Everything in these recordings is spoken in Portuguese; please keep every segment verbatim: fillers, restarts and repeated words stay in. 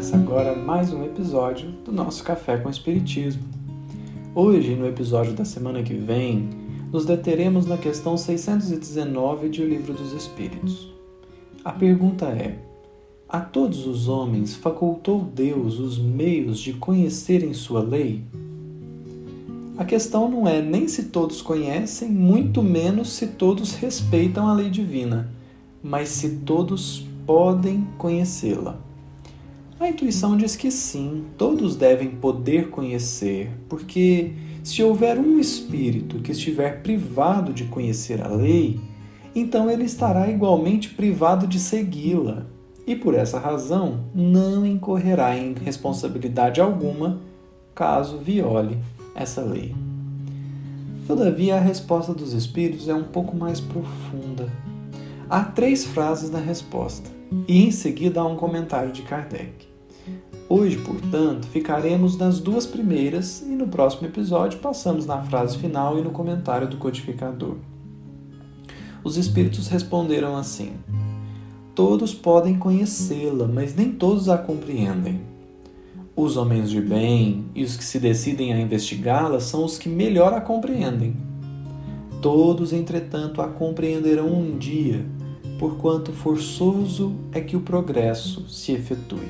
Começa agora mais um episódio do nosso Café com Espiritismo. Hoje, no episódio da semana que vem, nos deteremos na questão seiscentos e dezenove de O Livro dos Espíritos. A pergunta é: a todos os homens facultou Deus os meios de conhecerem sua lei? A questão não é nem se todos conhecem, muito menos se todos respeitam a lei divina, mas se todos podem conhecê-la. A intuição diz que sim, todos devem poder conhecer, porque se houver um espírito que estiver privado de conhecer a lei, então ele estará igualmente privado de segui-la, e por essa razão não incorrerá em responsabilidade alguma caso viole essa lei. Todavia, a resposta dos espíritos é um pouco mais profunda. Há três frases na resposta, e em seguida há um comentário de Kardec. Hoje, portanto, ficaremos nas duas primeiras e no próximo episódio passamos na frase final e no comentário do codificador. Os espíritos responderam assim: todos podem conhecê-la, mas nem todos a compreendem. Os homens de bem e os que se decidem a investigá-la são os que melhor a compreendem. Todos, entretanto, a compreenderão um dia, porquanto forçoso é que o progresso se efetue.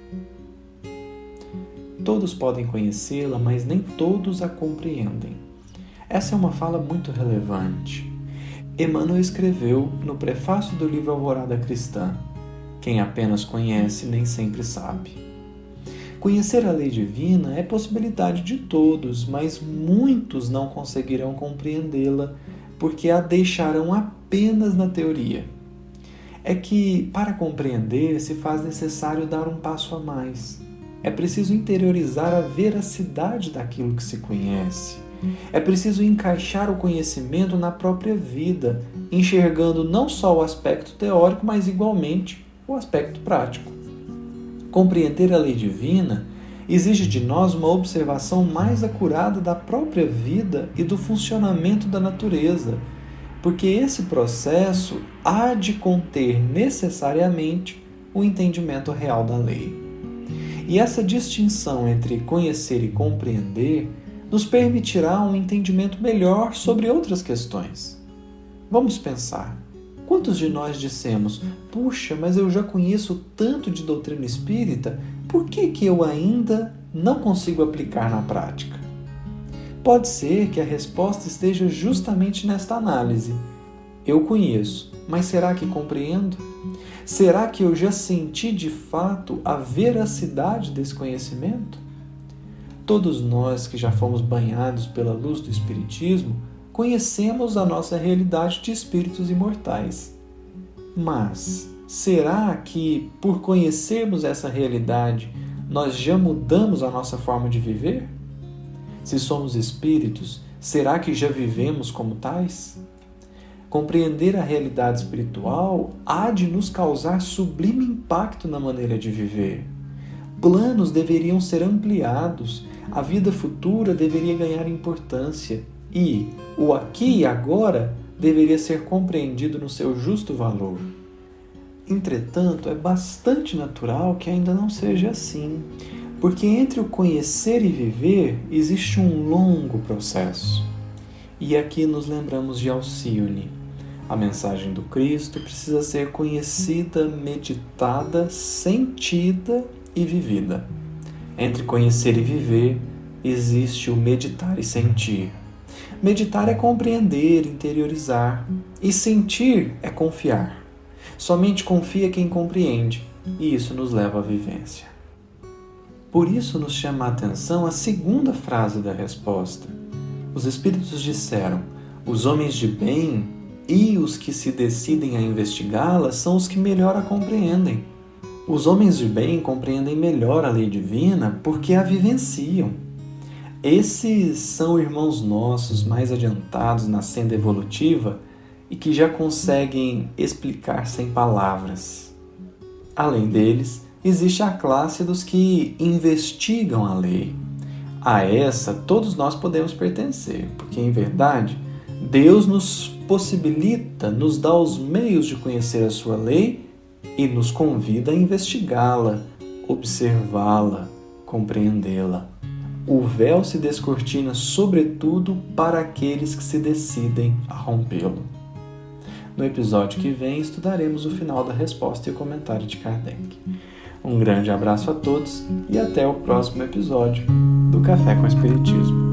Todos podem conhecê-la, mas nem todos a compreendem. Essa é uma fala muito relevante. Emmanuel escreveu no prefácio do livro Alvorada Cristã: quem apenas conhece nem sempre sabe. Conhecer a lei divina é possibilidade de todos, mas muitos não conseguirão compreendê-la porque a deixarão apenas na teoria. É que, para compreender, se faz necessário dar um passo a mais. É preciso interiorizar a veracidade daquilo que se conhece. É preciso encaixar o conhecimento na própria vida, enxergando não só o aspecto teórico, mas igualmente o aspecto prático. Compreender a lei divina exige de nós uma observação mais acurada da própria vida e do funcionamento da natureza, porque esse processo há de conter necessariamente o entendimento real da lei. E essa distinção entre conhecer e compreender nos permitirá um entendimento melhor sobre outras questões. Vamos pensar. Quantos de nós dissemos: puxa, mas eu já conheço tanto de doutrina espírita, por que que eu ainda não consigo aplicar na prática? Pode ser que a resposta esteja justamente nesta análise. Eu conheço, mas será que compreendo? Será que eu já senti de fato a veracidade desse conhecimento? Todos nós que já fomos banhados pela luz do Espiritismo conhecemos a nossa realidade de espíritos imortais. Mas será que, por conhecermos essa realidade, nós já mudamos a nossa forma de viver? Se somos espíritos, será que já vivemos como tais? Compreender a realidade espiritual há de nos causar sublime impacto na maneira de viver. Planos deveriam ser ampliados, a vida futura deveria ganhar importância e o aqui e agora deveria ser compreendido no seu justo valor. Entretanto, é bastante natural que ainda não seja assim, porque entre o conhecer e viver existe um longo processo. E aqui nos lembramos de Alcione. A mensagem do Cristo precisa ser conhecida, meditada, sentida e vivida. Entre conhecer e viver existe o meditar e sentir. Meditar é compreender, interiorizar, e sentir é confiar. Somente confia quem compreende, e isso nos leva à vivência. Por isso nos chama a atenção a segunda frase da resposta. Os espíritos disseram: os homens de bem e os que se decidem a investigá-la são os que melhor a compreendem. Os homens de bem compreendem melhor a lei divina porque a vivenciam. Esses são irmãos nossos mais adiantados na senda evolutiva e que já conseguem explicar sem palavras. Além deles, existe a classe dos que investigam a lei. A essa todos nós podemos pertencer, porque em verdade Deus nos possibilita, nos dá os meios de conhecer a sua lei e nos convida a investigá-la, observá-la, compreendê-la. O véu se descortina, sobretudo, para aqueles que se decidem a rompê-lo. No episódio que vem, estudaremos o final da resposta e o comentário de Kardec. Um grande abraço a todos e até o próximo episódio do Café com Espiritismo.